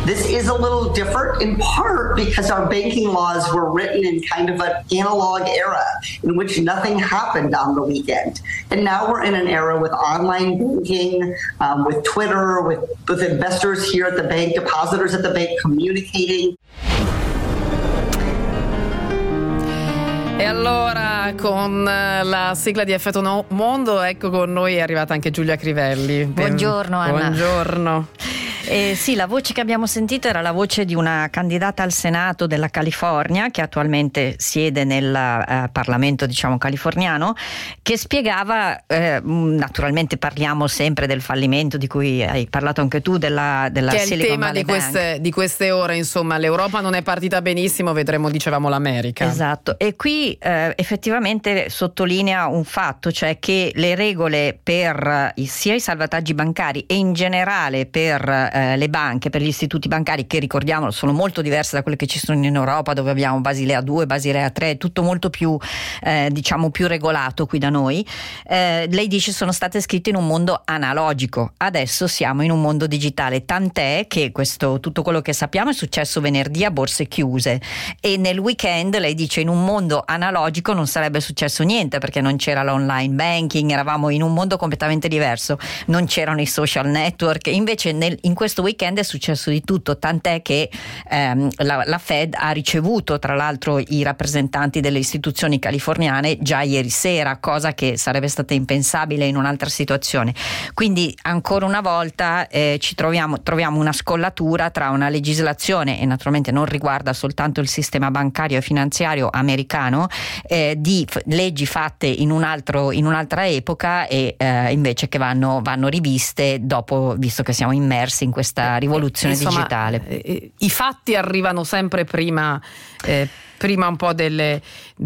This is a little different in part because our banking laws were written in kind of an analog era in which nothing happened on the weekend. And now we're in an era with online banking, with Twitter, with investors here at the bank, depositors at the bank communicating. E allora, con la sigla di Effetto Mondo, ecco, con noi è arrivata anche Giulia Crivelli. Buongiorno Anna. Buongiorno. Sì, la voce che abbiamo sentito era la voce di una candidata al Senato della California, che attualmente siede nel Parlamento, diciamo, californiano, che spiegava, naturalmente parliamo sempre del fallimento di cui hai parlato anche tu, della che è Silicon il tema Valley di queste ore, insomma, l'Europa non è partita benissimo, vedremo, dicevamo, l'America. Esatto, e qui effettivamente sottolinea un fatto, cioè che le regole per sia i salvataggi bancari e in generale per le banche, per gli istituti bancari, che ricordiamolo sono molto diverse da quelle che ci sono in Europa, dove abbiamo Basilea 2, Basilea 3, tutto molto più diciamo più regolato qui da noi. Lei dice sono state scritte in un mondo analogico, adesso siamo in un mondo digitale, tant'è che tutto quello che sappiamo è successo venerdì a borse chiuse, e nel weekend lei dice in un mondo analogico non sarebbe successo niente perché non c'era l'online banking, eravamo in un mondo completamente diverso, non c'erano i social network, invece in questo weekend è successo di tutto, tant'è che la Fed ha ricevuto tra l'altro i rappresentanti delle istituzioni californiane già ieri sera, cosa che sarebbe stata impensabile in un'altra situazione. Quindi ancora una volta troviamo una scollatura tra una legislazione, e naturalmente non riguarda soltanto il sistema bancario e finanziario americano, di leggi fatte in un'altra epoca e invece che vanno riviste dopo, visto che siamo immersi in questa rivoluzione digitale. I fatti arrivano sempre prima un po' delle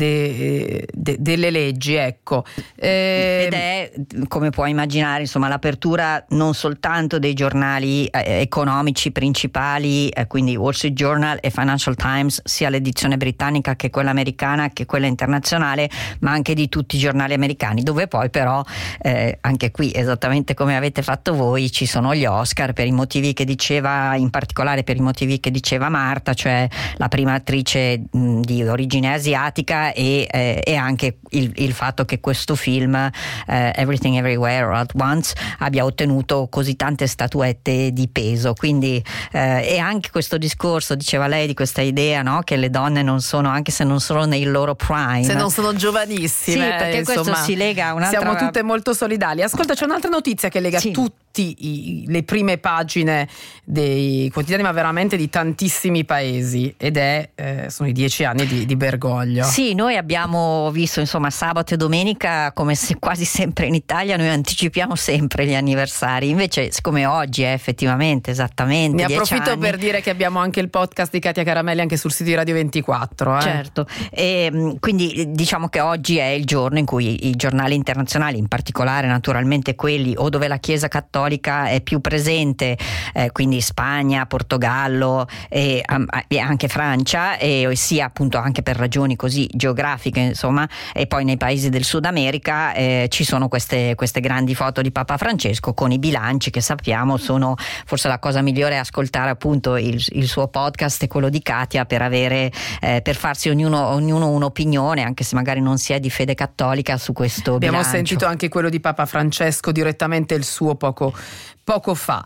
leggi, ecco. Ed è, come puoi immaginare, insomma, l'apertura non soltanto dei giornali economici principali, quindi Wall Street Journal e Financial Times, sia l'edizione britannica che quella americana che quella internazionale, ma anche di tutti i giornali americani, dove poi però anche qui, esattamente come avete fatto voi, ci sono gli Oscar per i motivi che diceva, in particolare per i motivi che diceva Marta, cioè la prima attrice di origine asiatica e anche il fatto che questo film Everything Everywhere All at Once abbia ottenuto così tante statuette di peso, quindi e anche questo discorso, diceva lei, di questa idea, no, che le donne non sono, anche se non sono nei loro prime, se non sono giovanissime, sì, perché insomma, questo si lega a un'altra, siamo tutte molto solidali. Ascolta, c'è un'altra notizia che lega le prime pagine dei quotidiani, ma veramente di tantissimi paesi, ed sono i 10 anni di Bergoglio. Sì, noi abbiamo visto, insomma, sabato e domenica, come se quasi sempre in Italia noi anticipiamo sempre gli anniversari, invece siccome oggi è effettivamente esattamente 10 anni. Ne approfitto per dire che abbiamo anche il podcast di Katia Caramelli anche sul sito di Radio 24. Certo, e quindi diciamo che oggi è il giorno in cui i giornali internazionali, in particolare naturalmente quelli o dove la Chiesa Cattolica è più presente, quindi Spagna, Portogallo e anche Francia, e sia appunto anche per ragioni così geografiche, insomma, e poi nei paesi del Sud America ci sono queste grandi foto di Papa Francesco con i bilanci, che sappiamo sono forse la cosa migliore, ascoltare appunto il suo podcast e quello di Katia per farsi ognuno un'opinione, anche se magari non si è di fede cattolica, su questo bilancio. Abbiamo sentito anche quello di Papa Francesco, direttamente il suo poco fa.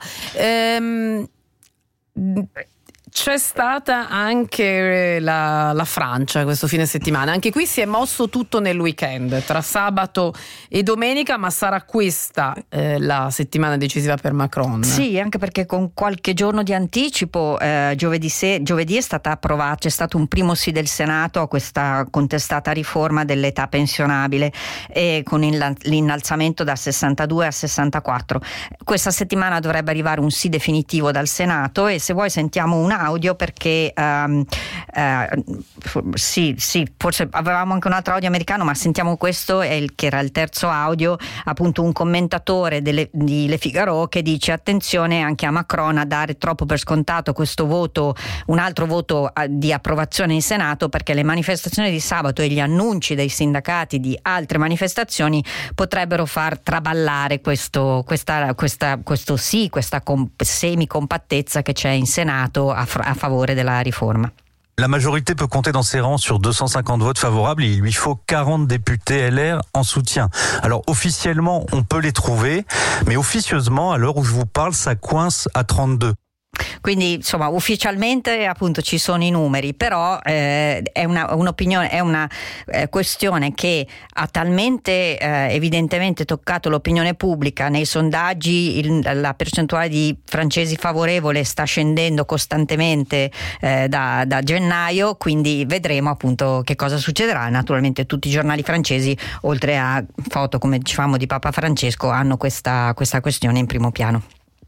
C'è stata anche la Francia questo fine settimana, anche qui si è mosso tutto nel weekend tra sabato e domenica, ma sarà questa la settimana decisiva per Macron? Sì, anche perché con qualche giorno di anticipo giovedì è stata approvata, c'è stato un primo sì del Senato a questa contestata riforma dell'età pensionabile, e con l'innalzamento da 62 a 64. Questa settimana dovrebbe arrivare un sì definitivo dal Senato, e se vuoi sentiamo un audio audio perché sì, forse avevamo anche un altro audio americano, ma sentiamo questo, che era il terzo audio, appunto un commentatore di Le Figaro che dice: attenzione anche a Macron a dare troppo per scontato questo voto, un altro voto di approvazione in Senato, perché le manifestazioni di sabato e gli annunci dei sindacati di altre manifestazioni potrebbero far traballare questa semicompattezza che c'è in Senato a favore della riforma. La majorité peut compter dans ses rangs sur 250 votes favorables et il lui faut 40 députés LR en soutien. Alors officiellement, on peut les trouver, mais officieusement, à l'heure où je vous parle, ça coince à 32. Quindi insomma ufficialmente appunto ci sono i numeri, però è un'opinione, è una questione che ha talmente evidentemente toccato l'opinione pubblica. Nei sondaggi la percentuale di francesi favorevole sta scendendo costantemente da gennaio, quindi vedremo appunto che cosa succederà. Naturalmente tutti i giornali francesi, oltre a foto come dicevamo di Papa Francesco, hanno questa questione in primo piano.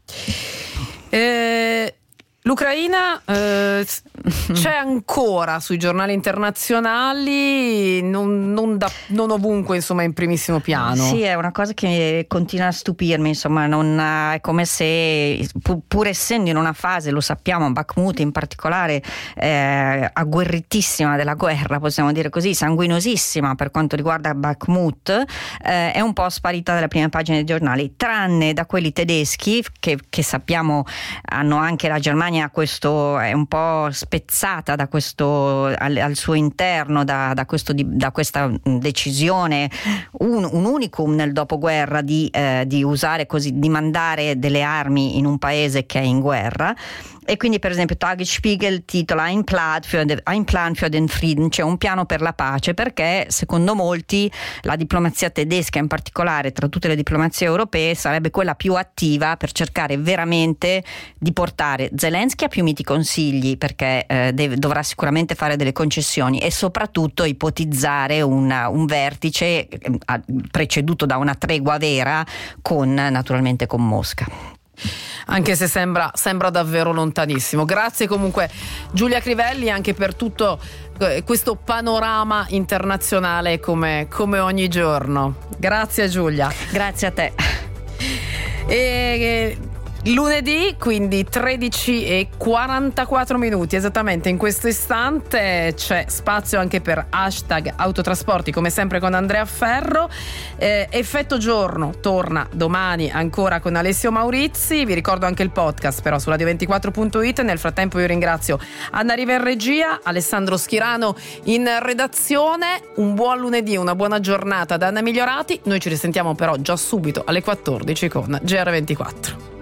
L'Ucraina c'è ancora sui giornali internazionali, non ovunque, insomma, in primissimo piano. Sì, è una cosa che continua a stupirmi, insomma, è come se, pur essendo in una fase, lo sappiamo, Bakhmut in particolare, agguerritissima della guerra, possiamo dire così, sanguinosissima per quanto riguarda Bakhmut, è un po' sparita dalle prime pagine dei giornali, tranne da quelli tedeschi che sappiamo hanno anche la Germania è un po' spezzata da questo al suo interno da questa decisione, un unicum nel dopoguerra di usare così, di mandare delle armi in un paese che è in guerra. E quindi per esempio Tagesspiegel titola Ein Plan für den Frieden, cioè un piano per la pace, perché secondo molti la diplomazia tedesca in particolare, tra tutte le diplomazie europee, sarebbe quella più attiva per cercare veramente di portare Zelensky a più miti consigli, perché dovrà sicuramente fare delle concessioni e soprattutto ipotizzare un vertice preceduto da una tregua vera naturalmente con Mosca. Anche se sembra davvero lontanissimo. Grazie comunque Giulia Crivelli anche per tutto questo panorama internazionale come ogni giorno. Grazie Giulia. Grazie a te. Lunedì, quindi 13:44 esattamente in questo istante, c'è spazio anche per hashtag autotrasporti, come sempre con Andrea Ferro. Effetto giorno torna domani ancora con Alessio Maurizi. Vi ricordo anche il podcast però su radio24.it. Nel frattempo io ringrazio Anna Riva in regia, Alessandro Schirano in redazione. Un buon lunedì, una buona giornata da Anna Migliorati. Noi ci risentiamo però già subito alle 14 con GR24.